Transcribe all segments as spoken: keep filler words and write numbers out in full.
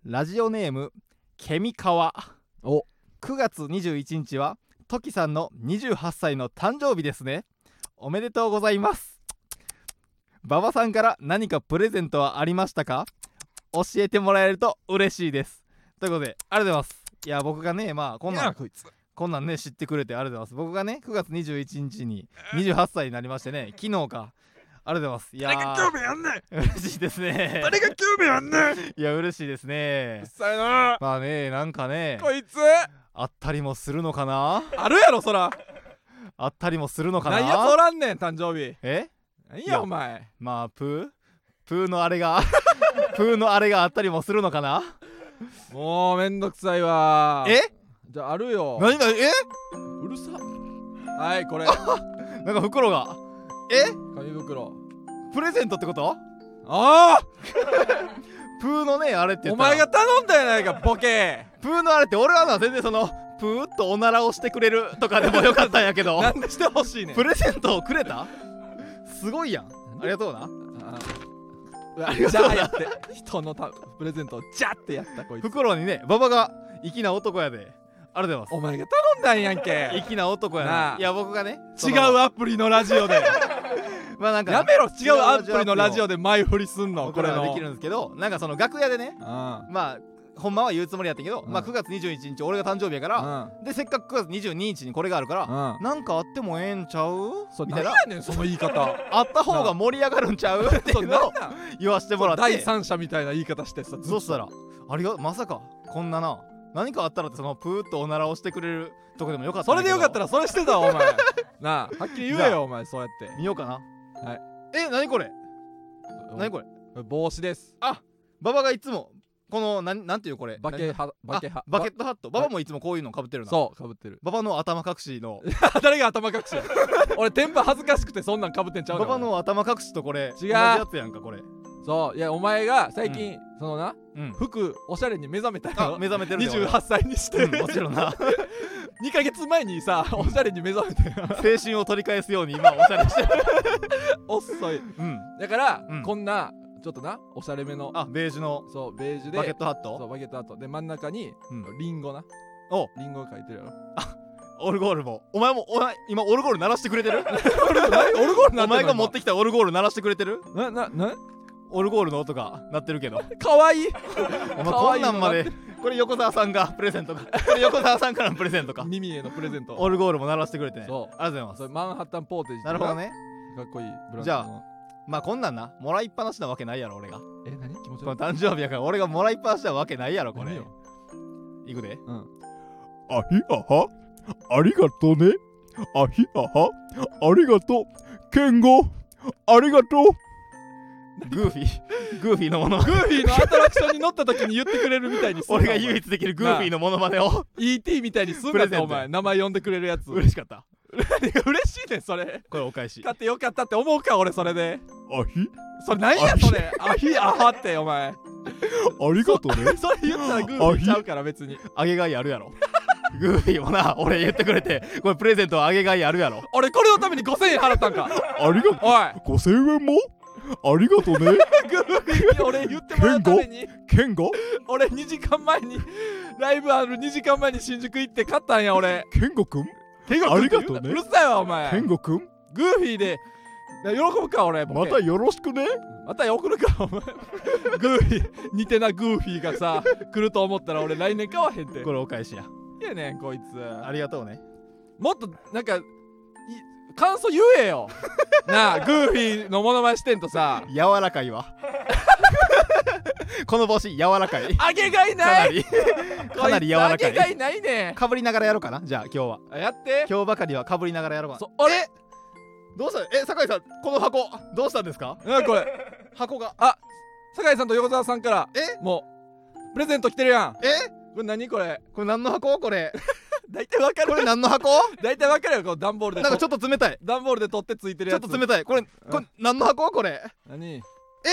ラジオネームケミカワ。 おくがつにじゅういちにちはトキさんのにじゅうはっさいの誕生日ですね。おめでとうございます。馬場さんから何かプレゼントはありましたか？教えてもらえると嬉しいです。ということでありがとうございます。いや僕がねまあこんなんこいつこんなんね知ってくれてありがとうございます。僕がねくがつにじゅういちにちににじゅうはっさいになりましてね、昨日か。ありがとうございます。いや誰が興味あんねん嬉しいですね。 誰が興味あんねんいや嬉しいですね。 うっさいなまあねなんかねこいつあったりもするのかな。 あるやろそら。 あったりもするのかな。 何やつおらんねん誕生日。 え何いややお前。 まあプープーのあれがプーのあれがあったりもするのかな。 もうめんどくさいわ。 えじゃああるよ。 何何えうるさ。はいこれなんか袋がえ紙袋。 プレゼントってこと？ ああプーのねあれって言ったらお前が頼んだやないかボケ。 プーのあれって俺はな全然そのプーっとおならをしてくれるとかでもよかったんやけどなんでしてほしいねん。 プレゼントをくれた？すごいやん。ありがとうな。 あありがとうなじゃあやって人のたプレゼントをジャってやったこいつ。 袋にね馬場が粋な男やで。ありがとうございお前が頼んだんやんけ。 ます。粋な男やなあ。 な。いや僕がね違うアプリのラジオでまあなんかやめろ。違うアプリのラジオで前振りすんのこれの。 これはできるんですけど、なんかその楽屋でねあまあほんまは言うつもりやったけど、 うんまあくがつにじゅういちにち俺が誕生日やからあでせっかくくがつにじゅうににちにこれがあるからあなんかあってもええんちゃうそみたいな何やねんその言い方。 あった方が盛り上がるんちゃうっていうのを言わしてもらって第三者みたいな言い方してさ。 そしたらありがまさかこんなな何かあったらってそのプーッとおならをしてくれるとこでもよかったそれでよかったららそれしてたわお前なあはっきり言えよお前そうやって。 見ようかな。 はいえ何これ何これ帽子です。 馬場がいつもこのなんなんていうこれバケハバケハあバケットハット馬場もいつもこういうのかぶってるな。 そうかぶってる。 馬場の頭隠しの誰が頭隠しや俺テンパ恥ずかしくてそんなんかぶってんちゃう馬場の。 の頭隠しとこれ違う同じやつやんかこれ。 そういやお前が最近そのなうん服おしゃれに目覚めたあよ。 目覚めてるでにじゅうはっさいにして俺うんもちろんなにかげつまえにさおしゃれに目覚めたよ青春を取り返すように今おしゃれしてる遅い。 うんだからうんこんなちょっとなおしゃれめのあベージュのそうベージュでバケットハットそうバケットハットで真ん中にうんリンゴなおリンゴが書いてるやろ。 オルゴールもお前もお前今オルゴール鳴らしてくれてるオルゴールなおんてんの前が持ってきたオルゴール鳴らしてくれてるなななオルゴールの音が鳴ってるけどかわいいお前こんなんまでこれ横澤さんがプレゼントかこれ横澤さんからのプレゼントか耳へのプレゼント。 オルゴールも鳴らしてくれてねそうありがとうございますそれマンハッタンポーテージなるほどね。 かっこいいブランドの。 じゃあまあこんなんなもらいっぱなしなわけないやろ俺がえ何気持ちこの悪い。 誕生日やから俺がもらいっぱなしなわけないやろこれ何よいくでうんあひははありがとね。あひははありがとう。ケンゴありがとう。 グーフィーグーフィーのものグーフィーのアトラクションに乗った時に言ってくれるみたいにすんな俺が唯一できるグーフィーのモノマネをイーティー みたいにすんプレゼントなってお前名前呼んでくれるやつ嬉しかった嬉しいねんそれ。 これお返し買ってよかったって思うか俺それで。 あひそれ何やそれアヒアハってお前ありがとね。 それ言ったらグーフィーちゃうから別に。 あげがいあるやろグーフィーもな俺言ってくれてこれプレゼントはあげがいあるやろ俺これのためにごせんえん払ったんかありがとう。 おいごせんえんもありがとね。 グーフィーに俺言ってもらうためにケンゴ俺にじかんまえにライブあるにじかんまえに新宿行って買ったんや俺。 ケンゴくんケンゴありがとうねうるさいわお前。 ケンゴくんグーフィーで喜ぶか俺ボケまたよろしくね。 また送るかお前グーフィー似てなグーフィーがさ来ると思ったら俺来年買わへんて。 これお返しやいやねんこいつありがとうねもっとなんかい感想言えよなあグーフィーのモノマネしてんとさ柔らかいわこの帽子柔らかいあげがいかなないりかなり柔らかあげがいいないねかぶりながらやろうかなじゃあ今日はあやって今日ばかりはかぶりながらやろうかそあれなどうしたえ酒井さんこの箱どうしたんですかなこれ箱が酒井さんと横澤さんからえもうプレゼント来てるやん。 えこれ何これこれ何の箱これ大体わかこれる何の箱大体わかるよこの段ボールでなんかちょっと冷たい段ボールで取ってついてるちょやつっと冷たいこれこれ何の箱これ何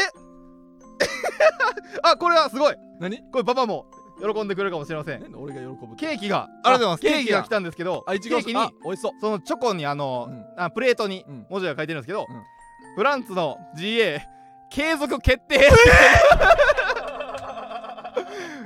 あこれはすごい何これパパも喜んでくれるかもしれませんなんで俺が喜ぶケーキがありがとうございますケーキがケーキが来たんですけどあいちごケーキにあ美味しそうそのチョコにあの、 うんあプレートにうん文字が書いてるんですけど、 うんフランツの ジーエー 継続決定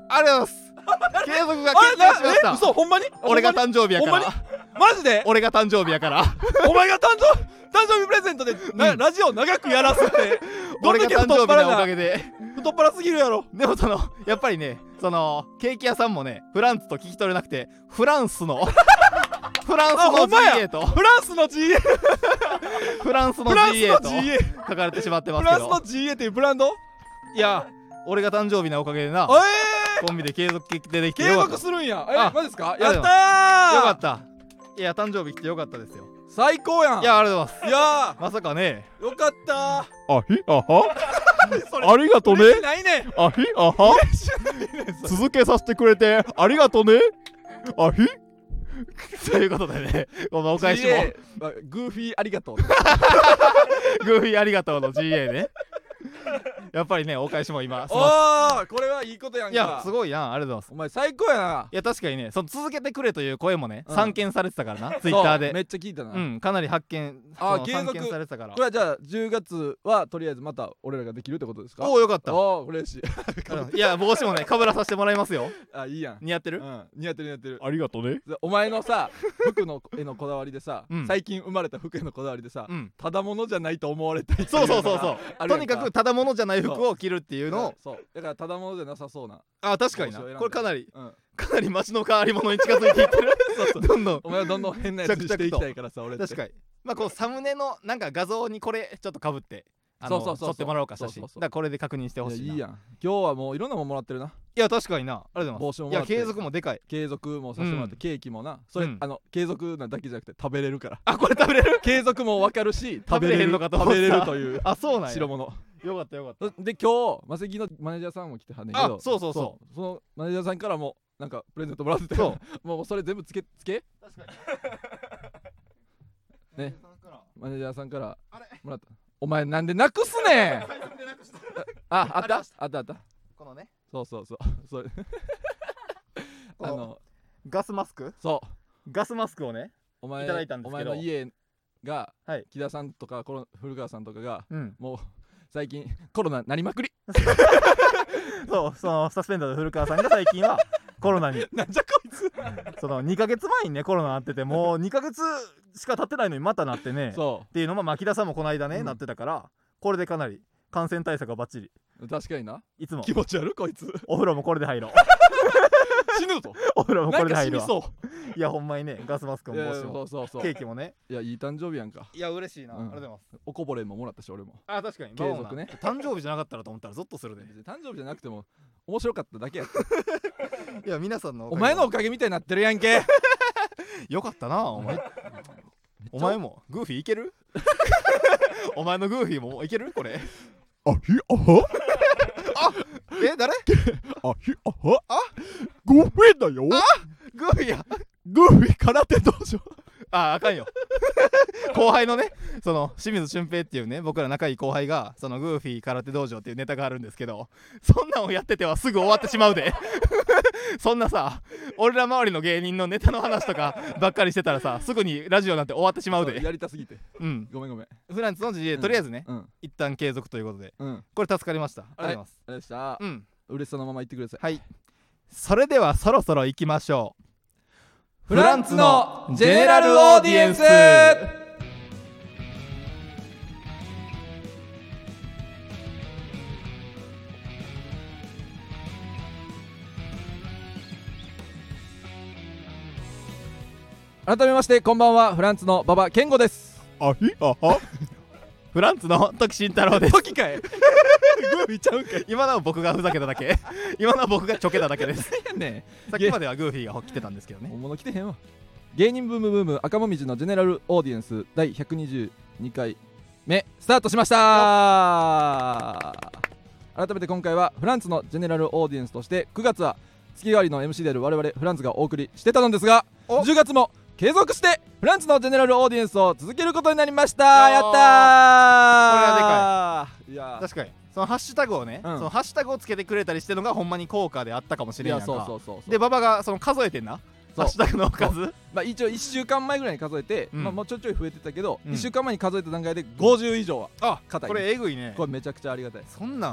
ありがとうございます継続があれ決定しましなえた嘘ほんまに俺がほんまに誕生日やかほんらマジで俺が誕生日やからお前が誕生誕生日プレゼントでな、 うんラジオ長くやらせてどん俺だけが誕生日なお太っ腹なかげで太っ腹すぎるやろでもそのやっぱりねそのケーキ屋さんもねフランツと聞き取れなくてフランスのフランスの ジあほんまやーエー とフランスの ジーエーフランスの ジフランスーエーのとジーエー書かれてしまってますけどフランスの ジーエー っていうブランドいや俺が誕生日なおかげでなえコンビで継続決定できて継よかった続するんやえあマジですかりがとうごやったーよかったいや誕生日来てよかったですよ最高やんいやありがとうございますいやまさかねーよかったーあひあはそれありがとね嬉しないねんあひあは続けさせてくれてありがとねあひということでねこのお返しもジーエー まあグーフィーありがとうグーフィーありがとうの ジーエー ねやっぱりねお返しも今おーこれはいいことやんかいやすごいなありがとうございますお前最高やないや確かにねその続けてくれという声もね、 うん散見されてたからなツイッターでそうめっちゃ聞いたな、 うんかなり発見あその散継続見されてたからこれはじゃあじゅうがつはとりあえずまた俺らができるってことですかおおよかったおお嬉しいうんいや帽子もねかぶらさせてもらいますよあいいやん似合ってるうん似合ってる似合ってるありがとねお前のさ服のへのこだわりでさ、 うん最近生まれた服へのこだわりでさ、 うんただものじゃないと思われたいっていそうそうそうのがそうあるやんとにかくただものじゃない服を着るっていうのをそうだからただものじゃなさそうなあ確かにな帽子を選んでこれかなりうんかなり街の変わり者に近づいていってるそうそうどんどんお前はどんどん変なやつにしていきたいからさ俺って確かにまあこうサムネのなんか画像にこれちょっとかぶってあのそうそうそうそう撮ってもらおうか写真そうそうそうだからこれで確認してほしいないいやいやん今日はもういろんなもんもらってるないや確かになありがとうございます帽子ももらっていや継続もでかい継続もさせてもらって、 うんケーキもなそれ、 うんあの継続なだけじゃなくて食べれるからあこれ食べれる継続も分かるし食べれる食べれんのかと思った食べれるというあそうなんや代物よかったよかったで今日マセキのマネージャーさんも来てはんねんけどあそうそうそうそのマネージャーさんからもなんかプレゼントもらっててそもうそれ全部つけつけ確かにねマネージャーさんからあれもらったお前なんでなくすねんああったありましあったあったこのねそうそうそうそれあのガスマスクそうガスマスクをねお前いただいたんですけどお前の家が、 はい木田さんとかこの古川さんとかがうんもう最近コロナなりまくりそうそのサスペンダーの古川さんが最近はコロナになんじゃこいつそのにかげつまえにねコロナなっててもうにかげつしか経ってないのにまたなってねそっていうのも牧田さんもこの間ね、 うんなってたからこれでかなり感染対策はバッチリう確かにないつも気持ち悪いこいつお風呂もこれで入ろう死ぬぞお風呂もこなんれで入るわか死にそいやほんまにねガスマスクういやいやそも帽子もうそうそうケーキもねいやいい誕生日やんかいや嬉しいな、 うんありがとうございますおこぼれももらったし俺もあ確かに継続ねバオな誕生日じゃなかったらと思ったらゾッとするね別に誕生日じゃなくても面白かっただけやったいや皆さんのお前のおかげみたいになってるやんけよかったなお前お前もグーフィーいけるお前のグーフィーもいけるこれあひあはえ誰あひあはあゴーフェだよグーフィーやグーフィー空手道場ああかんよ後輩のねその清水俊平っていうね僕ら仲いい後輩がそのグーフィー空手道場っていうネタがあるんですけどそんなんをやっててはすぐ終わってしまうでそんなさ俺ら周りの芸人のネタの話とかばっかりしてたらさすぐにラジオなんて終わってしまうでやりたすぎてうんごめんごめんフランスの ジーエー とりあえずね、 うん一旦継続ということでうんこれ助かりましたありがとうございます、 あれでしたうん嬉しさのまま言ってくださいはいそれではそろそろ行きましょうフランツのジェネラルオーディエンス改めましてこんばんはフランツの馬場健吾ですあひあはフランツの時慎太郎です時かいグーフィーちゃうんかい今のは僕がふざけただけ今のは僕がちょけただけですねさっきまではグーフィーが来てたんですけどね本物来てへんわ芸人ブームブーム赤もみじのジェネラルオーディエンスだいひゃくにじゅうにかいめスタートしました改めて今回はフランツのジェネラルオーディエンスとしてくがつは月替わりの エムシー である我々フランツがお送りしてたのですがおじゅうがつも継続してフランツのジェネラルオーディエンスを続けることになりましたよーやったーこれはでかいいや確かにそのハッシュタグをね、 うんそのハッシュタグをつけてくれたりしてるのがほんまに効果であったかもしいやれんやんかそうそうそうそうで馬場がその数えてんなそうハッシュタグの数まあ一応いっしゅうかんまえぐらいに数えて、 うんまあもうちょいちょい増えてたけど、 うんいっしゅうかんまえに数えた段階でごじゅう以上はあ硬いこれえぐいねこれめちゃくちゃありがたいそんなん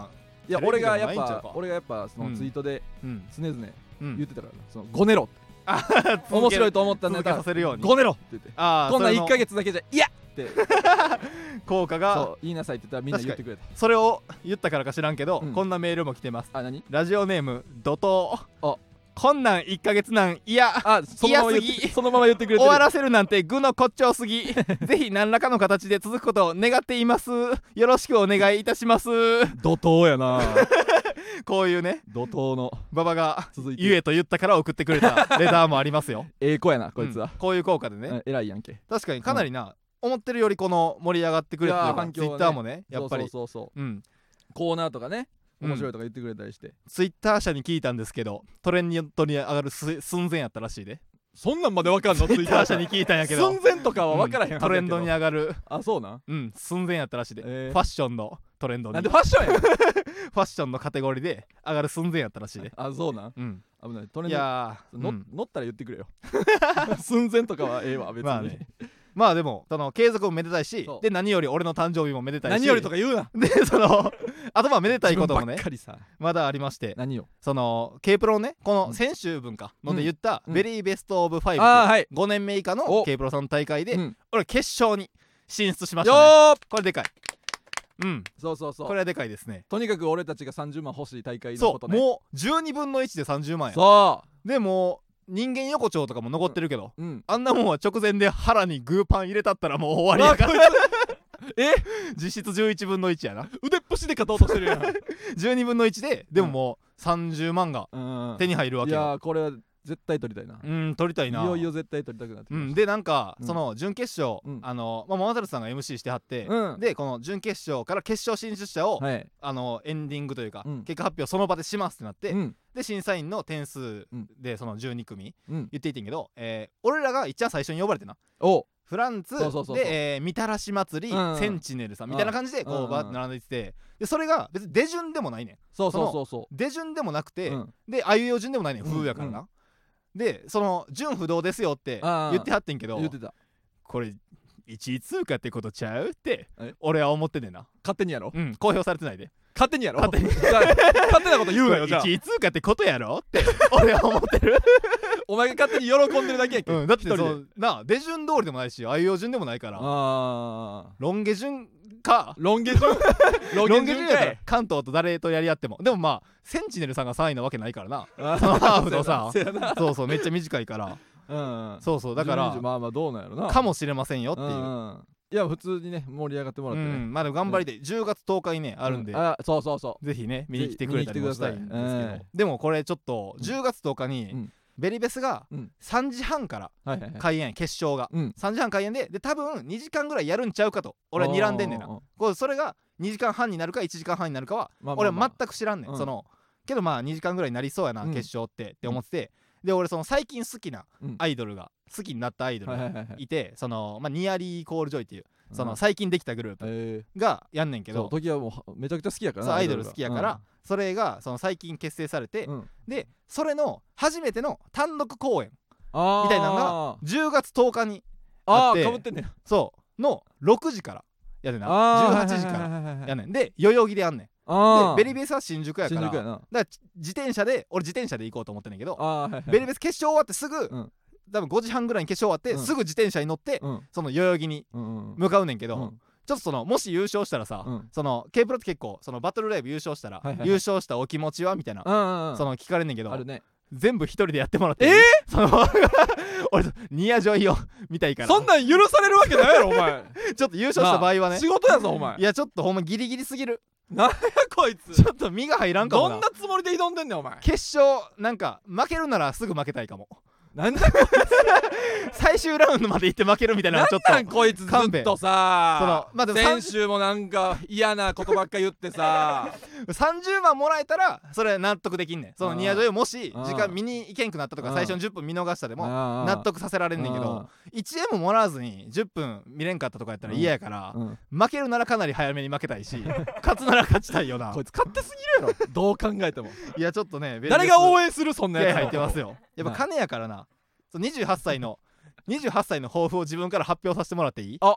いやテレビでも俺がやっないんちゃうかぱ俺がやっぱそのツイートでうん常々 うん言ってたからな、そのごねろって面白いと思ったネ続けタさせるようにごねろって言って、 ああこんなんそれのいっかげつだけじゃいやって効果がそう言いなさいって言ったらみんな言ってくれた。 それを言ったからか知らんけど、 うんこんなメールも来てます。 あ、何？ ラジオネーム怒涛。 あこんなんいっかげつなんいやあ、そのまま言っ嫌すぎてそのまま言ってくれてる。 終わらせるなんて愚の骨頂すぎぜひ何らかの形で続くことを願っています。よろしくお願いいたします怒涛やなこういうね怒涛の馬場が続いて言えと言ったから送ってくれたレターもありますよええ子やなこいつは、 うんこういう効果でね、 うん偉いやんけ。 確かにかなりな、思ってるよりこの盛り上がってくれてるいやー反響はねツイッターもねやっぱりそうそうそうそううんコーナーとかねうん面白いとか言ってくれたりして、 ツイッター社に聞いたんですけどトレンドに上がるす寸前やったらしいでそんなんまでわかんの？ ツイッター社に聞いたんやけど寸前とかは分からへんはずやけど、 トレンドに上がるあ、そうなん？ うん寸前やったらしいで、 えーファッションのトレンドになんでファッションやんファッションのカテゴリーで上がる寸前やったらしいであ、そうなん？ うん危ない。トレンいドやー、 の、 うん乗ったら言ってくれよ寸前とかはええわ別に、 まあねまあでもその継続もめでたいしそうで何より俺の誕生日もめでたいし何よりとか言うな。 でそのあとまあめでたいことも自分ばねっかりさ。 まだありまして何よ。 その K プロねこのうん先週分かので言ったうんベリーベストオブファイブあーはい。 ごねんめ以下のお K プロさんの大会でうん俺決勝に進出しましよたねーこれでかいうんそうそうそう。 これはでかいですねとにかく俺たちがさんじゅうまん欲しい大会のことね。 そうもうじゅうにぶんのいちでさんじゅうまんやそでもう人間横丁とかも残ってるけどう。うん。 あんなもんは直前で腹にグーパン入れたったらもう終わりやからえ実質じゅういちぶんのいちやな腕っぷしで勝とうとしてるやん。 じゅうにぶんのいちででももうさんじゅうまんがうん。 手に入るわいけよやーこれは絶対取りたいな。 うん取りたいないよいよ絶対取りたくなってきましうん、でなんか、 うんその準決勝、 うんあのまあ、モマタルさんが エムシー してはって、 うんでこの準決勝から決勝進出者を、 た。はい。 あのエンディングというか、 うん結果発表その場でしますってなって、 うん。 で審査員の点数うんでそのじゅうにくみうん。 言っていてんけど、えー俺らが一番最初に呼ばれてなおフランツそうそうそうそうで、えーみたらし祭り、 うんうんセンチネルさんみたいな感じでこうんうんうバーッと並んでいっててでそれが別に出順でもないねんそうそうそうそ出順でもなくて、 う。うん。 であいうえお順でもないねんうん風やからな、でその順不動ですよってあー言ってはってんけど言ってた。 これいちい通過ってことちゃうってえ俺は思ってんねんな勝手にやろうん公表されてないで勝手にやろ勝手にじゃあ勝手なこと言うなよじゃあいちい通過ってことやろって俺は思ってる、 お前が勝手に喜んでるだけやっけ、 うん、だって一人でそうなあ出順通りでもないしあいうえお順でもないからああロン毛順かロン毛順ロロン毛順ン毛順やったらかい関東と誰とやり合ってもでもまあセンチネルさんがさんいなわけないからなあそのハーフのさそうやなそうそうめっちゃ短いからうんそうそうだからじゅうにじゅうまあまあどうなんやろなかもしれませんよっていう、 うんいや普通にね盛り上がってもらうってね、 ん、まあでも頑張りでじゅうがつとおかにねあるんで、 うあそうそうそぜひね見に来てくれたりもしたいんですけど、 見に来てくださいでもこれちょっとじゅうがつとおかに、 うんベリベスがうんさんじはんからうはいはいはい開演決勝が、 うんさんじはん開演でで多分にじかんぐらいやるんちゃうかと俺は睨んでんねんなおーこれそれがにじかんはんになるかいちじかんはんになるかはまあまあまあ俺は全く知らんねん、 うんそのけどまあにじかんぐらいになりそうやな、 うん決勝ってって思っててで俺その最近好きなうんアイドルが好きになったアイドルがはいはいはいはいいてその、まあ、ニアリーコールジョイっていうそうんの最近できたグループえがやんねんけー、そうど時はもうめちゃくちゃ好きやからなそうアイドル好きやから、 うんそれがその最近結成されて、 うんでそれの初めての単独公演あーみたいなのがじゅうがつとおかにああってーかぶってんねんそうのろくじからやねんなあーじゅうはちじかららやねんで代々木でやんねんあでベリベースは新宿やから新宿やなだから自転車で俺自転車で行こうと思ってんねんけどあーはいはいベリベース決勝終わってすぐ、 うん多分ごじはんぐらいに決勝終わって、 うんすぐ自転車に乗って、 うんその代々木にうんうん向かうねんけど、 うんちょっとそのもし優勝したらさ、 うんその K プロって結構そのバトルライブ優勝したら、 はいはいはい優勝したお気持ちはみたいな、 うんうんその聞かれんねんけどあるね全部一人でやってもらってえーその俺ニアジョイを見たいからそんなん許されるわけないやろお前ちょっと優勝した場合はね仕事やぞお前いやちょっとほんまギリギリすぎるなんやこいつちょっと身が入らんかもなどんなつもりで挑んでんねんお前決勝なんか負けるならすぐ負けたいかもなんだ最終ラウンドまで行って負けるみたいなのちょっとなんこいつずっとさそのまあでも先週もなんか嫌なことばっか言ってささんじゅうまんもらえたらそれ納得できんねんそのあーニアジョイをもしあー時間見に行けんくなったとかあー最初のじゅっぷん見逃したでも納納得させられんねんけどいちえんももらわずにじゅっぷん見れんかったとかやったら嫌やからうん負けるならかなり早めに負けたいし勝つなら勝ちたいよなこいつ勝手すぎるやろどう考えてもいやちょっとね誰が応援援するそんなやつ気合入ってますよやっぱ金やからなそうにじゅうはっさいのにじゅうはっさいの抱負を自分から発表させてもらっていいあ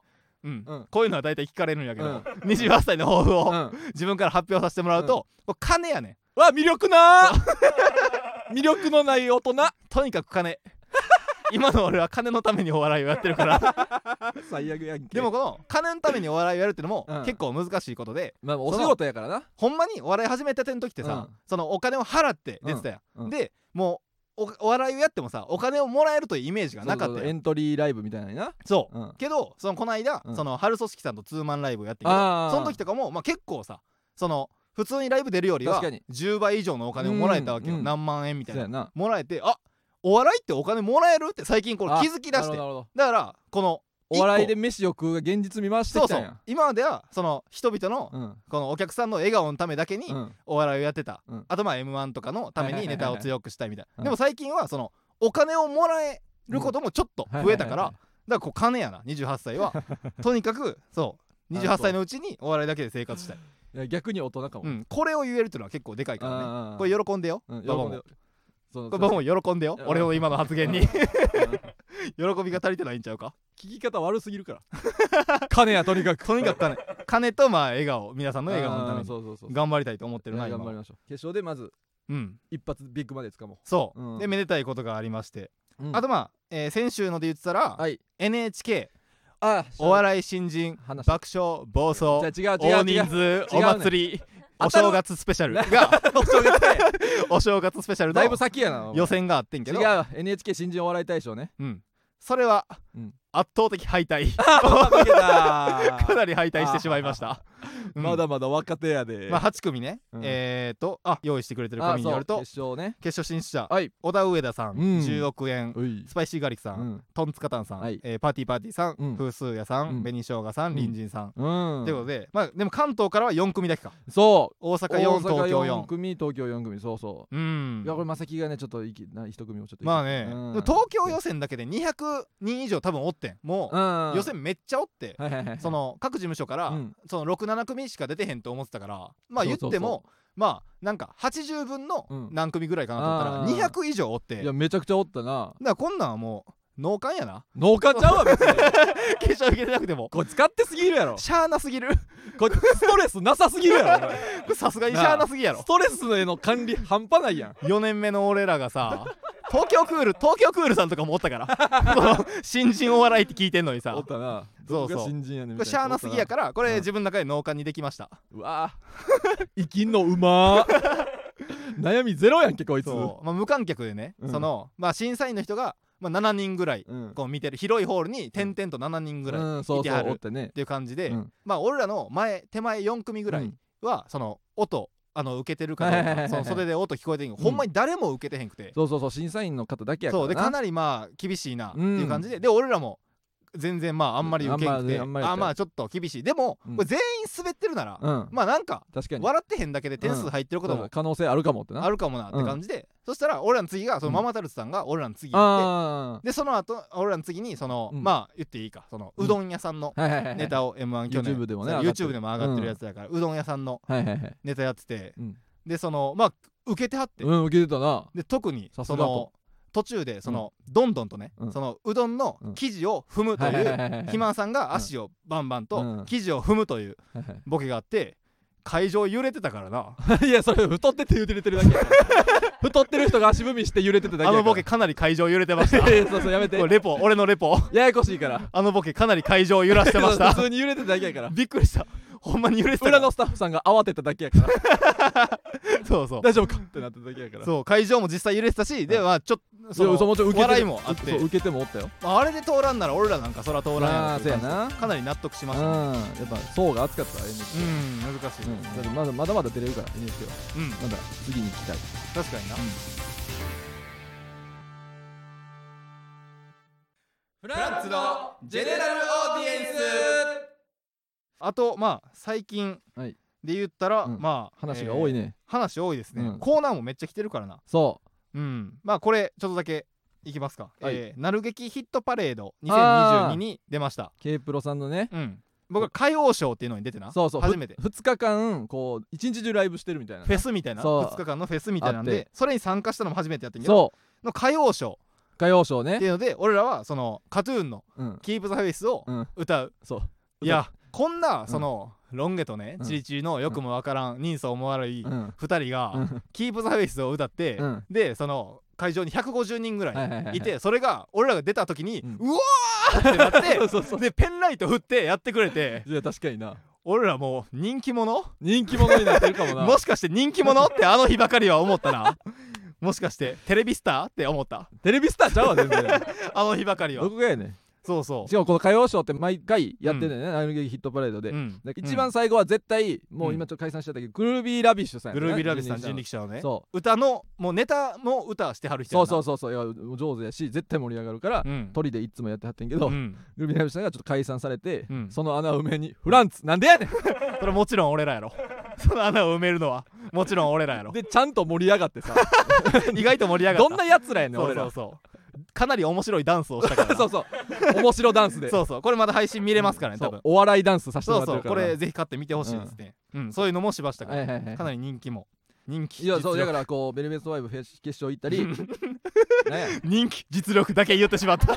うんうんこういうのは大体聞かれるんやけど、 うんにじゅうはっさいの抱負を、 うん自分から発表させてもらうと、これ金やねん。 わ魅力な魅力のない大人とにかく金今の俺は金のためにお笑いをやってるから最悪やんけ。 でもこの金のためにお笑いをやるっていうのもうん結構難しいことで、 まあお仕事やからな。 ほんまにお笑い始めたての時ってさ、 うんそのお金を払って出てたやん、 うんうんでもう お, お笑いをやってもさお金をもらえるというイメージがなかったやん。 そうそうそうエントリーライブみたいなのにな。 そう、 うんけどそのこの間、 うんその春組織さんとツーマンライブをやってんけどあーその時とかも、まあ、結構さその普通にライブ出るよりは確かにじゅうばい以上のお金をもらえたわけよ、 うんうん何万円みたいなそうやな。 もらえて、あお笑いってお金もらえるって最近これ気づき出して、 あなるほどなるほどだからこのお笑いで飯を食うが現実見回してそうそきたんや。 う今まではその人々のうんこのお客さんの笑顔のためだけにうんお笑いをやってた、 うんあとまあ エムワン とかのためにネタを強くしたいみたいな、 うんでも最近はそのお金をもらえることもちょっと増えたから、 はいはいはいはいだからこう金やなにじゅうはっさいはとにかくそうにじゅうはっさいのうちにお笑いだけで生活したい、 いや逆に大人かも。 うん、これを言えるっていうのは結構でかいからね。 あーこれ喜んでよ、 うんババも喜んでよそのこれババも喜んでようん俺の今の発言にうん喜びが足りてないんちゃうか。 聞き方悪すぎるから金やとにかくとにかく金金とまあ笑顔皆さんの笑顔のためあーにそうそうそう頑張りたいと思ってるいな今は。 や頑張りましょう。決勝でまずうん一発ビッグまで掴もそう、 うんでめでたいことがありまして、 う。うんあとまあ、えー先週ので言ってたら、 はいエヌエイチケあーお笑い新人話爆笑暴走じゃあ違う違う大人数お祭りお当たる正月スペシャルがお正月かいお正月スペシャルだいぶの先やなお前予選があってんけど違うわ エヌエイチケー 新人お笑い大賞ねうん、それは、 うん圧倒的敗退負けたかなり敗退してしまいました、うんまだまだ若手やでまあ、はち組ね、 うんえーとあ用意してくれてるあ紙によるとそう決勝ね決勝進出者はい小田上田さん、 うんじゅうおくえんういスパイシーガーリックさん、 うんトンツカタンさん、 はいえーパーティーパーティーさん、 うん風数屋さん、 うん紅生姜さん、 うん隣人さん、 うんということでまあでも関東からはよん組だけかそう大阪よん東京大阪よん組東京よん組そうそううんいやこれまさきがねちょっといきな一組もちょっとまあね、 うんでも東京予選だけでにひゃくにん以上多分おってんもう、 うん予選めっちゃおって、 はいはいはいその各事務所から、 うんそのろくなな組しか出てへんと思ってたからまあそうそうそう言ってもまあなんかはちじゅうぶんのうん何組ぐらいかなと思ったらあーにひゃく以上おっていやめちゃくちゃおったなだからこんなんはもう農家やな農家ちゃうわ別に決勝行けてなくてもこれ使ってすぎるやろしゃあなすぎるこれストレスなさすぎるやろお前これさすがにしゃあなすぎやろストレスへの管理半端ないやんよねんめの俺らがさ東京クール東京クールさんとかもおったからその新人お笑いって聞いてんのにさおったなそうそうどこが新人やねんみたいこれしゃあなすぎやからこれうん自分の中で農家にできましたうわー生きんのうまー悩みゼロやんけこいつそう、まあ、無観客でね、 うんそのまあ審査員の人が、まあ、しちにんぐらいうんこう見てる広いホールに点々としちにんぐらいうんそうそういてはるっおってねていう感じで、 うんまあ俺らの前手前よん組ぐらいはその音あの受けてるかどうはいはいはいはいかその袖で音聞こえてんけど、ほんまに誰も受けてへんくて、 そうそうそう審査員の方だけやからなそうでかなりまあ厳しいなっていう感じで、で俺らも全然まああんまり受けんくて、 あんまりあんまりやったあまあちょっと厳しいでも、 うんこれ全員滑ってるなら、 うんまあなんか確かに笑ってへんだけで点数入ってることも可能性あるかもってなあるかもなって感じで、そしたら俺らの次がそのママタルトさんが俺らの次やって、 あでその後俺らの次にその、 うんまあ言っていいかそのうんうどん屋さんのあはいはいはいネタを エムワン 去年 YouTube でもねそう上がってる YouTube でも上がってるやつだから、うどん屋さんのはいはいはいネタやってて、 うんでそのまあ受けてはって、 うん受けてたなで特にさすがとその途中でその、どんどんとね、 うんそのうどんの生地を踏むという、 はいはいはいはい肥満さんが足をバンバンとうん生地を踏むというはいはいボケがあって会場揺れてたからないやそれ太ってて揺れてるだけやから太ってる人が足踏みして揺れてただけやからあのボケかなり会場揺れてましたそうそうやめてこれレポ俺のレポややこしいからあのボケかなり会場を揺らしてました普通に揺れてただけやからびっくりしたほんまに揺れてたから裏のスタッフさんが慌てただけやからそうそう大丈夫かってなっただけやからそう会場も実際揺れてたし、でまあちょっとそいやの嘘もちろん受けて笑いもあってそう受けてもおったよまあ、あれで通らんなら俺らなんかそら通らんやろあーっていう感じでそうやなかなり納得しまうんしたねやっぱ層が厚かったわ エヌエイチケーうん難しいですうんねだってまだまだまだ出れるから エヌエイチケー はうんまだ次に行きたい確かにな、 フランツのジェネラルオーディエンスあとまあ最近はいで言ったら、 うんまあ話が多いね、 ね話多いですね、 うんコーナーもめっちゃ来てるからなそうんまあこれちょっとだけいきますか、 はいえーなる劇ヒットパレードにせんにじゅうにに出ました K プロさんのねうん僕は歌謡ショーっていうのに出てなそうそう初めてふつかかんこう一日中ライブしてるみたいなフェスみたいなそうふつかかんのフェスみたいなんあってでそれに参加したのも初めてやってんけどその歌謡ショーう歌謡ショーねっていうので俺らはそのカトゥーンのうん 「キープ・ザ・フェイス」をうん歌うそういやこんなその、うん、ロン毛とね、うん、チリチリのよくもわからん人相も悪いふたりが、うん、キープザフェイスを歌って、うん、でその会場にひゃくごじゅうにんぐらいいて、はいはいはいはい、それが俺らが出た時に、うん、うわーってなってそうそうそうでペンライト振ってやってくれていや確かにな俺らもう人気者人気者になってるかもなもしかして人気者ってあの日ばかりは思ったなもしかしてテレビスターって思ったテレビスターちゃうわ全然あの日ばかりはどこがやねんそうそうしかもこの歌謡ショーって毎回やってんだよね、ナイルゲーヒットパレードで、うん、で一番最後は絶対、うん、もう今ちょっと解散しちゃったけど、グルービーラビッシュさんや、ね、 グルービーラビッシュさん人力車のねそう歌のもうネタも歌してはる人やなそうそうそうそういや上手やし絶対盛り上がるから、うん、鳥でいつもやってはってんけど、うん、グルービーラビッシュさんがちょっと解散されて、うん、その穴を埋めにフランツなんでやねんそれもちろん俺らやろその穴を埋めるのはもちろん俺らやろでちゃんと盛り上がってさ意外と盛り上がったどんなやつらやねん俺らそうそうそうかなり面白いダンスをしたからそうそう面白ダンスでそうそうこれまだ配信見れますからね、うん、多分お笑いダンスさせてもらってるからそうそうこれぜひ買ってみてほしいですね、うん、うん、そういうのもしばしたから、はいはいはい、かなり人気も人気いやそうだからこうベルベットワイブ決勝行ったり人気実力だけ言ってしまった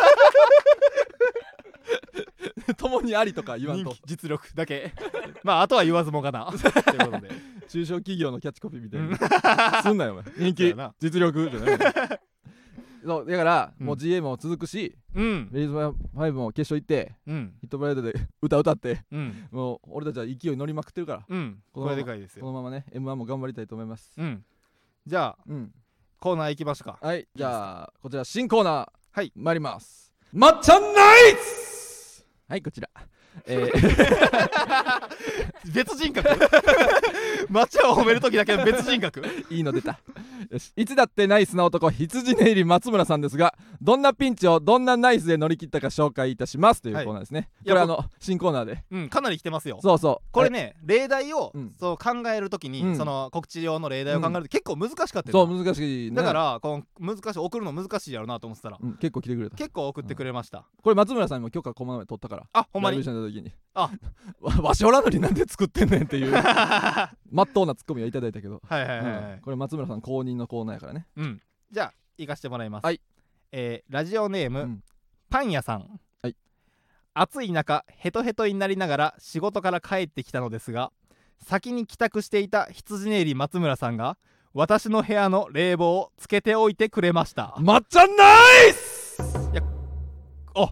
共にありとか言わんと人気実力だけまああとは言わずもがなということで中小企業のキャッチコピーみたいなすんなよお前人気実力じゃないそうだから、うん、もう ジーエム も続くし、うん、ベリーズファイブも決勝行って、うん、ヒットパレードで歌歌って、うん、もう俺たちは勢い乗りまくってるから、うん、 このままこれでかいですよこのままね エムワン も頑張りたいと思います、 うん、じゃあ、うん、コーナー行きましょうかはいじゃあこちら新コーナー、 はい、 参りますまっちゃんナイスはいこちらえー、 別人格マッチャを褒めるときだけ別人格いいの出たよしいつだってナイスな男羊ねいり松村さんですがどんなピンチをどんなナイスで乗り切ったか紹介いたしますというコーナーですね、はい、これあの新コーナーでうんかなり来てますよそうそうこれね例題を、うん、そう考えるときに、うん、その告知用の例題を考えると、うん、結構難しかったよそう難しい、ね、 だからこの難しい送るの難しいやろなと思ってたら、 うん、結構来てくれた結構送ってくれました、うん、 これ松村さんにも許可この前取ったからあほんまにライブした時にあわ, わしおらんのになんで作ってんねんっていうまっとうなツッコミはいただいたけどはいはいはい、はいうん、 これ松村さん公認のコーナーやからねうんじゃあ行かしてもらいますはい、 えー、ラジオネーム、うん、パン屋さんはい暑い中ヘトヘトになりながら仕事から帰ってきたのですが先に帰宅していた羊ねいり松村さんが私の部屋の冷房をつけておいてくれましたまっちゃんナイスいやお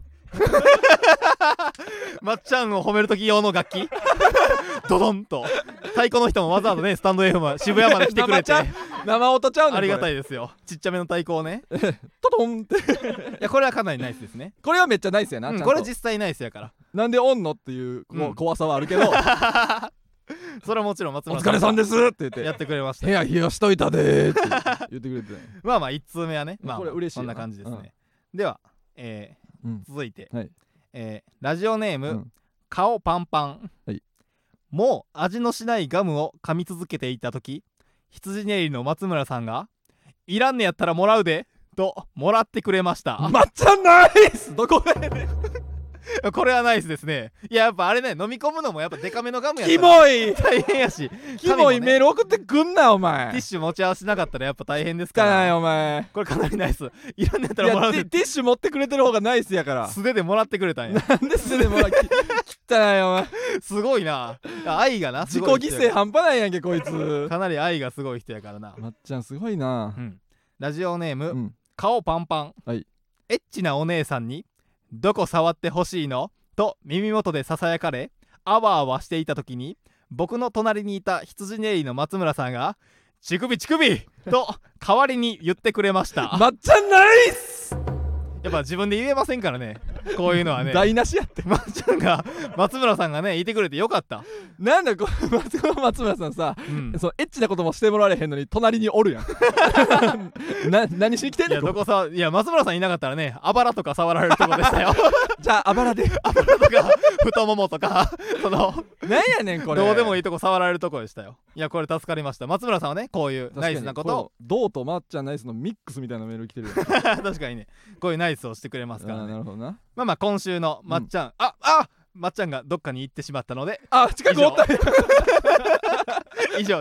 まっちゃんを褒めるとき用の楽器ドドンと太鼓の人もわざわざねスタンド エフ エム 渋谷まで来てくれて生音ちゃうねんありがたいですよちっちゃめの太鼓をねトドンっていやこれはかなりナイスですねこれはめっちゃナイスやな、 うん、これ実際ナイスやからなんでおんのっていうこう、うん、怖さはあるけどそれはもちろん松村さんお疲れさんですって言ってやってくれました部屋冷やしといたでーって言ってくれてまあまあいち通目はねまあこれ嬉しいそんな感じですね、うん、では、えーうん、続いて、 はいえー、ラジオネーム、うん、顔パンパン、 はい、 もう味のしないガムを噛み続けていた時羊ねいりの松村さんがいらんねやったらもらうでともらってくれましたまっちゃんナイスどこがやねんこれはナイスですねいややっぱあれね飲み込むのもやっぱデカめのガムやったらキモい大変やしキモいメール送ってくんなお前ティッシュ持ち合わせなかったらやっぱ大変ですからかないお前これかなりナイスいらんねやったらもらうでティッシュ持ってくれてる方がナイスやから素手でもらってくれたんやなんで素手でもらって汚いお前すごいな愛がな自己犠牲半端ないやんけこいつかなり愛がすごい人やからなまっちゃんすごいな、 うん、ラジオネーム、 うん、 顔パンパン、 はい、 エッチなお姉さんにどこ触ってほしいのと耳元でささやかれあわあわしていた時に僕の隣にいた羊ねいりの松村さんが乳首乳首と代わりに言ってくれましたまっちゃんナイスやっぱ自分で言えませんからねこういうのはね台無しやってまっちゃんが松村さんがねいてくれてよかったなんだこの松村さんさ、うん、そのエッチなこともしてもらわれへんのに隣におるやんな何しに来てんのいやどこさいや松村さんいなかったらねあばらとか触られるとこでしたよじゃああばらであばらとか太ももとかそのなんやねんこれどうでもいいとこ触られるとこでしたよいやこれ助かりました松村さんはねこういうナイスなことをどうとまっちゃんナイスのミックスみたいなメール来てるよ確かにねこういうナイスをしてくれますからねなるほどなまあまあ今週のまっちゃん、うん、ああまっちゃんがどっかに行ってしまったのであ近くおった以上です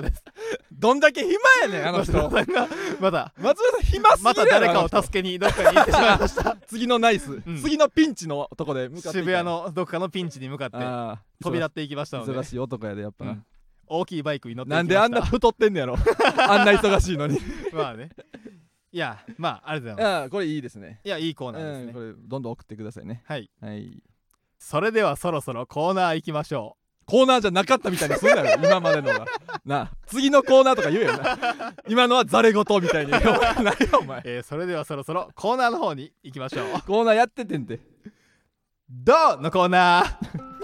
どんだけ暇やねんあの人。 松村さんがまた松村さん暇すぎまたるやろ誰かをあの人助けにどっかに行ってしまいました次のナイス、 ん次のピンチのとこで向かっていた渋谷のどっかのピンチに向かってあー飛び立っていきましたので、 忙しい男やでやっぱ、 うん大きいバイクに乗っていきました。 なんであんな太ってんねやろあんな忙しいのにまあねいやまあありがとうございます。 あーこれいいですね。 いやいいコーナーですね、 うん、これどんどん送ってくださいね。 はい。 はいそれではそろそろコーナー行きましょコーナーじゃなかったみたいにすんなよ今までのがなあ次のコーナーとか言えよな今のはザレ言みたいに何やお前う、えー、それではそろそろコーナーの方に行きましょうコーナーやっててんてどうのコーナー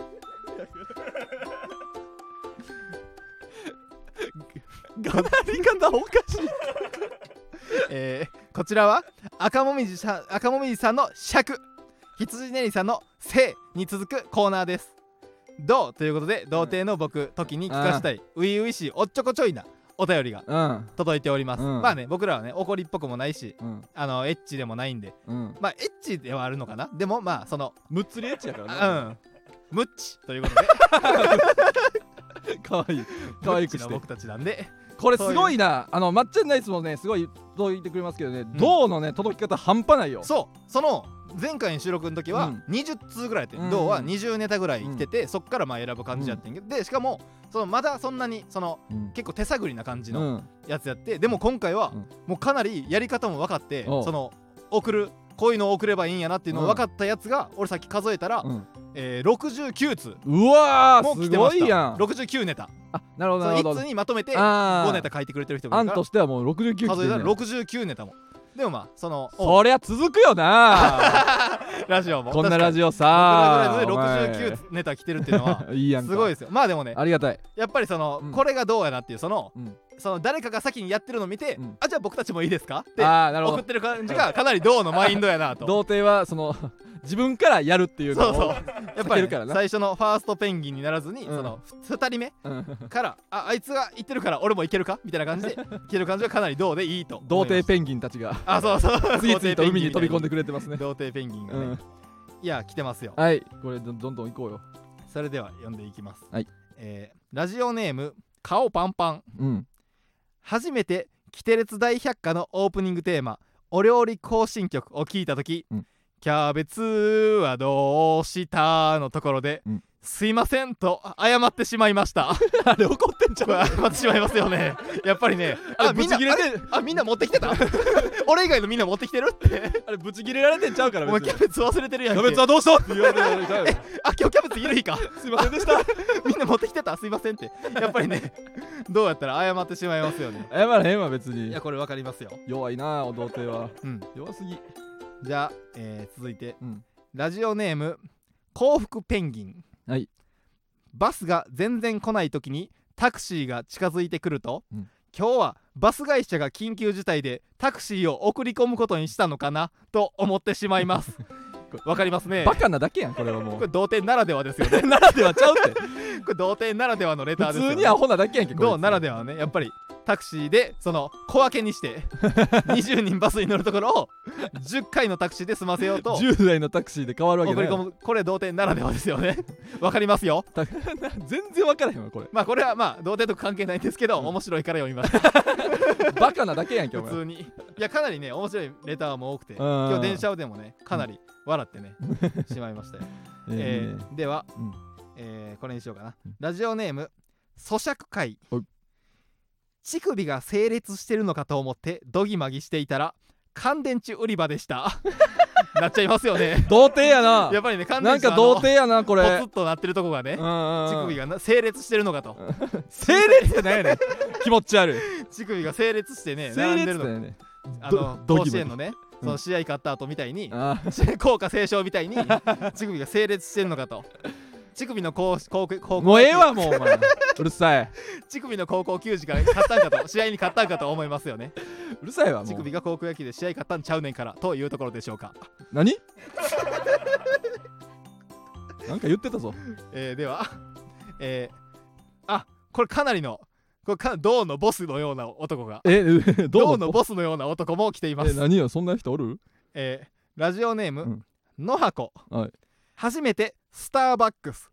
がなり方おかしいえー、こちらは赤もみじさん赤もみじさんの尺、羊ねりさんのせいに続くコーナーです。どうということで童貞の僕時に聞かしたい初々しいおっちょこちょいなお便りがうん届いております、 うんまあね僕らはね怒りっぽくもないしうんあのエッチでもないんでうんまあエッチではあるのかな。でもまあそのむっつりエッチやかうらねんムッチということでかわいいかわいくしてムッチの僕たちなんでこれすごいなあのまっちゃんナイスもねすごい届いてくれますけどね、銅のね届き方半端ないよ。 そうその前回の収録の時はうんにじゅっつうぐらいやってうんん銅はにじゅうネタぐらい来ててそっからまあ選ぶ感じやってんけどでしかもそのまだそんなにそのうん結構手探りな感じのうんやつやってでも今回はうんもうかなりやり方も分かっておうその送るこういうのを送ればいいんやなっていうのを分かったやつが俺さっき数えたらうんえーろくじゅうきゅうつうわもうーす来てましたごいやん。 ろくじゅうきゅうネタあなるほどそのなるほどいっつにまとめてあーごネタ書いてくれてる人がいるから案としてはもうろくじゅうきゅう来てんねん数えたらろくじゅうきゅうネタもでもまあそのそりゃ続くよなラジオもこんなラジオオさ僕らぐらいでろくじゅうきゅうネタ来てるっていうのはいいやんかすごいですよ。まあでもねありがたい。 やっぱりその、 うんこれがどうやなっていうその、 うんその誰かが先にやってるのを見て、 うんあじゃあ僕たちもいいですかってああなるほど。 送ってる感じがかなりどうのマインドやなと童貞はその自分からやるっていうのをそうそうやっぱりね、 避けるからな最初のファーストペンギンにならずに、 うんそのふたりめうんからああいつが言ってるから俺もいけるかみたいな感じでいける感じがかなりどうでいいと童思います貞ペンギンたちがあそうそう次々と海に飛び込んででくれてますね。 童貞ペンギンがね、 うんいや来てますよ。 はいこれどどんどん行こうよ。 それでは読んでいきます、 はいえーラジオネーム顔パンパン。 うん初めてキテレツ大百科のオープニングテーマお料理行進曲を聞いた時、 うんキャベツはどうしたのところで、 うんすいませんと謝ってしまいましたあれ怒ってんじゃん。 これ謝ってしまいますよねやっぱりねあれあみんなブチギレてああみんな持ってきてた俺以外のみんな持ってきてるってあれブチギレられてんちゃうからお前別に。 キャベツ忘れてるやんキけャベツはどうしたって言われてるちゃうよ。 あ今日キャベツいる日かすいませんでした。 みんな持ってきてたすいませんってやっぱりねどうやったら謝ってしまいますよね。 謝らへんわ別にいや。これわかりますよ。 弱いな童貞は。 うん弱すぎ。 じゃあ、えー続いてうんラジオネーム幸福ペンギン。 はいバスが全然来ない時にタクシーが近づいてくると、 うん今日はバス会社が緊急事態でタクシーを送り込むことにしたのかなと思ってしまいますわかりますね。 バカなだけやんこれはもこれ童貞ならではですよねう。ならではちゃうって。 これ童貞ならではのレターですよ、ね、 普通にアホなだけやんけ。こいつどうならでははねやっぱりタクシーでその小分けにしてにじゅうにんバスに乗るところをじゅっかいのタクシーで済ませようとじゅう代のタクシーで変わるわけない送り込む。これ童貞ならではですよねわかりますよ。 た全然分からへんわこれ。 まあこれはまあ童貞と関係ないんですけど、面白いから読みましたバカなだけやんけお前。 普通にいやかなりね面白いレターも多くてん今日電車でもねかなり笑ってねしまいましたよ、ええーでは、 うんえーこれにしようかな、 うんラジオネーム咀嚼会。 はい乳首が整列してるのかと思ってドギマギしていたら乾電池売り場でしたなっちゃいますよね童貞やな。 やっぱりね乾なんか電池のあの童貞やなこポれ。 ツッとなってるとこがねうんうんうん乳首がな整列してるのかと整列って何やねん。気持ち悪い。 乳首が整列してね整並んでるの列だよね。 あのど甲子園のねうんその試合勝った後みたいにあ校歌斉唱みたいに乳首が整列してるのかと乳首の高高高もうええわもうお前。うるさい。 乳首の高校球児が勝ったんかと試合に勝ったんかと思いますよね。 うるさいわもう。 乳首が高校野球で試合勝ったんちゃうねんからというところでしょうか。 何？なんか言ってたぞ。 えー、では、えー、あこれかなりのこれか銅のボスのような男がえうど銅うのボスのような男も来ています。 え何よそんな人おる？ えー、ラジオネーム、 うんのはこ。 はい初めてスターバックス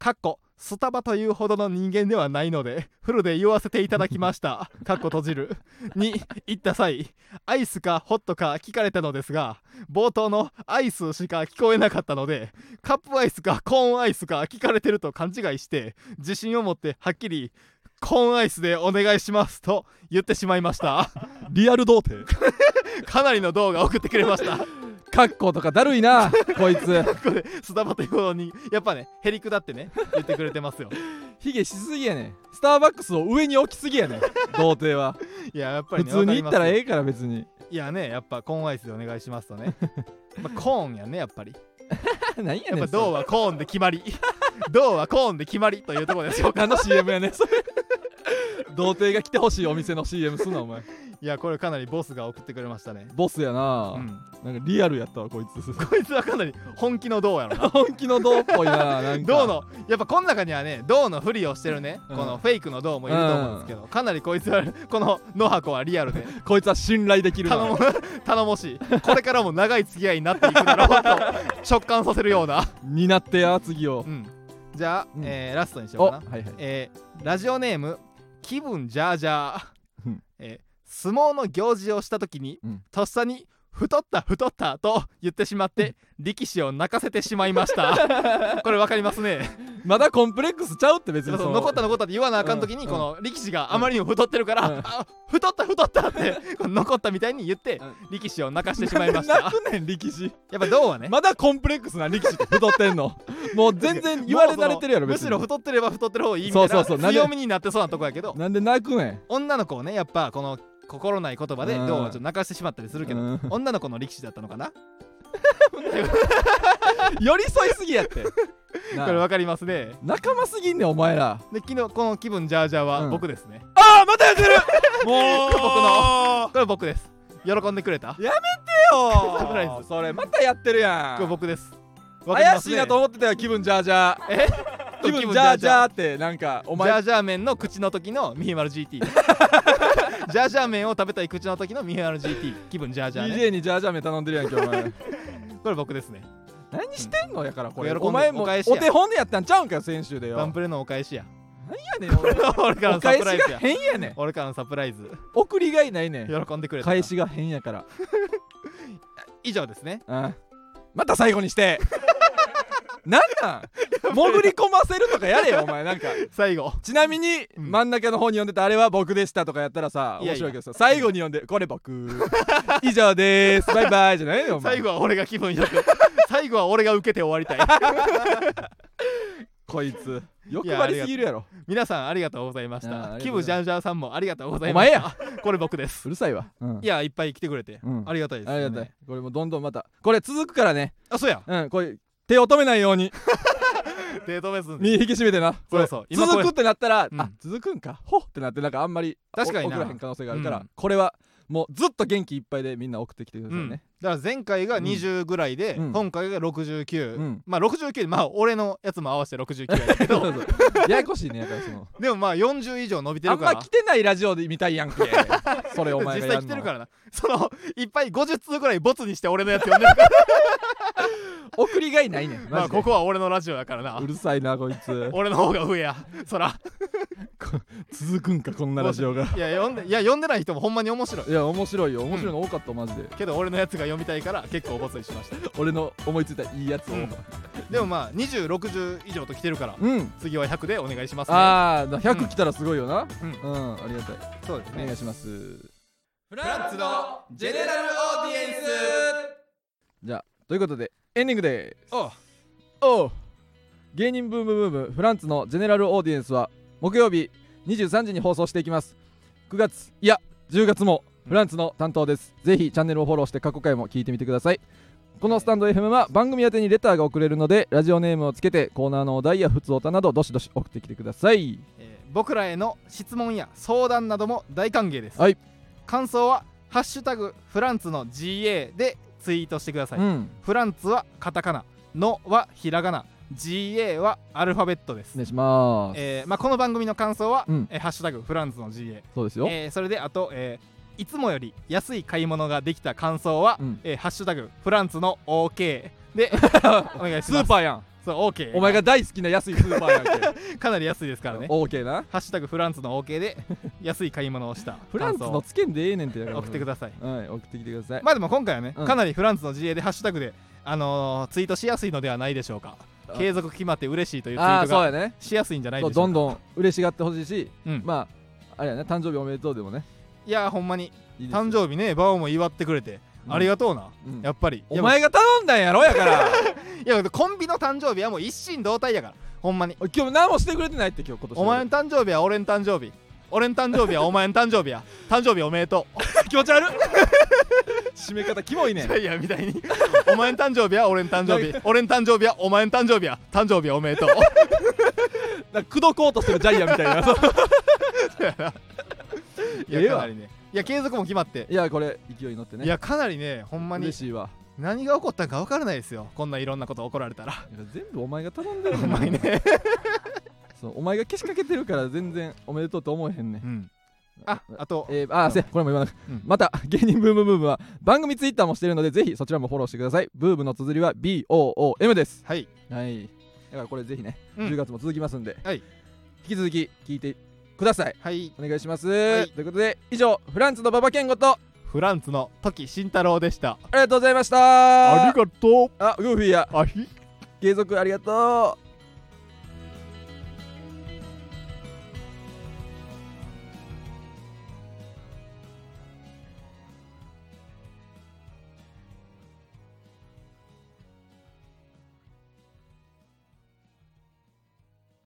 かっこスタバというほどの人間ではないのでフルで言わせていただきましたかっこ閉じるに行った際、アイスかホットか聞かれたのですが、冒頭のアイスしか聞こえなかったので、カップアイスかコーンアイスか聞かれてると勘違いして、自信を持ってはっきりコーンアイスでお願いしますと言ってしまいましたリアル童貞かなりの動画送ってくれましたカッコとかだるいなこいつこれスタバというほどにやっぱねへりくだってね言ってくれてますよ。 ヒゲしすぎやねん。スターバックスを上に置きすぎやねん童貞は。 いややっぱり、 普ね、 通に言ったらえええから別に。 いやねやっぱコーンアイスでお願いしますとねまあコーンやねやっぱり何やねん。 やっぱ銅はコーンで決まり銅はコーンで決まりというところでしょうか。 何の シーエム やねんそれ童貞が来てほしいお店の シーエム すなお前。 いやこれかなりボスが送ってくれましたね。 ボスやな、 うん、 なんかリアルやったわこいつこいつはかなり本気の銅やろな本気の銅っぽいな。なんか銅のやっぱこの中にはね銅のふりをしてるね、 うん、 このフェイクの銅もいると思うんですけど、うん、かなりこいつはこの野箱はリアルでこいつは信頼できるな。 頼も頼もしい。これからも長い付き合いになっていくだろうと直感させるようなになってや次を、 うん、じゃあ、 うんえー、ラストにしようかな、 はいはい、 えー、ラジオネーム気分ジャージャー、 うんえー相撲の行事をした時に、うん、とっさに太った太ったと言ってしまって力士を泣かせてしまいましたこれわかりますね。 まだコンプレックスちゃうって別にそう残った残ったって言わなあかん時に、うん、この力士があまりにも太ってるから、うん、あ太った太ったって残ったみたいに言って、うん、力士を泣かしてしまいました。 泣くねん力士。 やっぱどうはねまだコンプレックスな力士って太ってんのもう全然言われ慣れてるやろ別に。 むしろ太ってれば太ってる方がいいみたいなそうそうそう強みになってそうなとこやけど、 なんで泣くねん。 女の子をねやっぱこの心ない言葉でうんどうはちょっと泣かしてしまったりするけど、 うん女の子の力士だったのかな寄り添いすぎやってこれわかりますね。 仲間すぎんねんお前ら。 で昨日この気分ジャージャーはうん僕ですね、 ああまたやってるもう僕のこれ僕です。喜んでくれたやめてよサプライズそれまたやってるやん。 これ僕です。わかりますね怪しいなと思ってたよ気分ジャージャー。 え気分ジャージャーってなんかお前ジャージャー麺の口の時のミヒマル ジーティー ジャージャー麺を食べたい口の時のミヒマル ジーティー 気分ジャージャーねディージェー にジャージャー麺頼んでるやんけお前これ僕ですね。 何してんのやからこれ喜んでお前もお返しやお手本でやったんちゃうんかよ先週でよ。 ガンプレのお返しや。 何やねん俺俺からのサお返しがプライズや。 変やねん。 俺からのサプライズ送りがいないねん。 喜んでくれた。 返しが変やから以上ですね。 うんまた最後にしてなんなん潜り込ませるとかやれよお前なんか最後ちなみにうん真ん中の方に読んでたあれは僕でしたとかやったらさいやいや面白いけどさ最後に読んでこれ僕以上でーすバイバイじゃないよお前。 最後は俺が気分よく最後は俺が受けて終わりたいこいつ欲張りすぎるやろ。 皆さんありがとうございましあーありがとうございますた。キムジャンジャーさんもありがとうございました。 お前これ僕ですう。るさいわ、うんいやいっぱい来てくれて、 うんありがたいです、ね、 ありがたい。これもどんどんまたこれ続くからね。 あそうやうんこれ手を止めないようにデートベース身引き締めてな。これそうそう今これ続くってなったら、 うんあ続くんかほってなってなんかあんまり確かになお送らへん可能性があるから、 うんこれはもうずっと元気いっぱいでみんな送ってきてくださいうん、だね。 から前回がにじゅうぐらいで、 うん今回がろくじゅうきゅう、 うんまあろくじゅうきゅうまあ俺のやつも合わせてろくじゅうきゅうやけどそうそうややこしいねやからそのでもまあよんじゅう以上伸びてあんるからま来てないラジオで見たいやんけそれお前実がやんの際来てるからな。そのいっぱいごじゅっつうぐらいボツにして俺のやつ読んでるから送りがいないねんマジで。 まあここは俺のラジオだからなうるさいなこいつ俺の方が上やそら続くんかこんなラジオが。 いや読んでいや読んでない人もほんまに面白いいや面白いよ面白いの多かったマジで。 けど俺のやつが読みたいから結構ボツにしました俺の思いついたいいやつを、 うんでもまあにじゅう、ろくじゅう以上と来てるからうん次はひゃくでお願いしますね。 ああひゃく来たらすごいよな。 うんうん、ありがたい。 そうですねお願いします。 フランツのジェネラルオーディエンス。 じゃあということでエンディングでーす。 おうおう芸人ブームブームフランツのジェネラルオーディエンスは木曜日にじゅうさんじに放送していきます。くがついやじゅうがつもフランツの担当です、ぜひチャンネルをフォローして過去回も聞いてみてください。このスタンド エフエム は番組宛てにレターが送れるのでラジオネームをつけてコーナーのお題やふつおたなどどしどし送ってきてください。 えー僕らへの質問や相談なども大歓迎です。 はい感想はハッシュタグフランツの ジーエー でツイートしてください、 うんフランツはカタカナ、のはひらがな、ジーエー はアルファベットですお願いします。 えーまあ、この番組の感想は、 うんえーハッシュタグフランツの ジーエー、 そうですよ、 えーそれであと、えーいつもより安い買い物ができた感想は、 うんえーハッシュタグフランツの オーケー でお願いします。 スーパーやんそう OK お前が大好きな安いスーパーやんけかなり安いですからね。 OK なハッシュタグフランツの OK で安い買い物をしたフランツのつけんでええねんってだから送ってください。 はい送ってきてください。 まあでも今回はね、 うんかなりフランツの自営でハッシュタグであのー、ツイートしやすいのではないでしょうか。 あ継続決まって嬉しいというツイああートがそうやね。 しやすいんじゃないそでしょうか。 うどんどん嬉しがってほしいし、 うんまああれやね誕生日おめでとうでもねいやほんまにいいですよ誕生日ねバオも祝ってくれて、 うんありがとうな、 うんやっぱりお前が頼んだんやろやからいやコンビの誕生日はもう一心同体やからほんまに。 今日何もしてくれてないって今日今年お前の誕生日は俺の誕生日、俺の誕生日はお前の誕生日や誕生日おめでと気持ち悪い締め方キモいねんういやみたいにお前の誕生日は俺の誕生日俺の誕生日はお前の誕生日や誕生日おめでとうなんか口説こうとしてるジャイアンみたいなそういやええわかなりねいや継続も決まっていやこれ勢いに乗ってねいやかなりねほんまに嬉しいわ。 何が起こったんか分からないですよこんないろんなこと怒られたらいや全部お前が頼んでるほんまにねそうお前がけしかけてるから全然おめでとうと思えへんねん。 うんああとえー、あーせこれも言わなく、 うんまた芸人ブームブームは番組ツイッターもしてるのでぜひそちらもフォローしてください。ブームの綴りは ビーオーオーエム です。 はいはいだからこれぜひね、 うんじゅうがつも続きますんで、 はい引き続き聞いてください。 はいお願いします、 はいということで以上フランツの馬場健吾とあフランツの時慎太郎でした。 りがとうございました。 ありがとうあグーフィーやあひ継続ありがとう。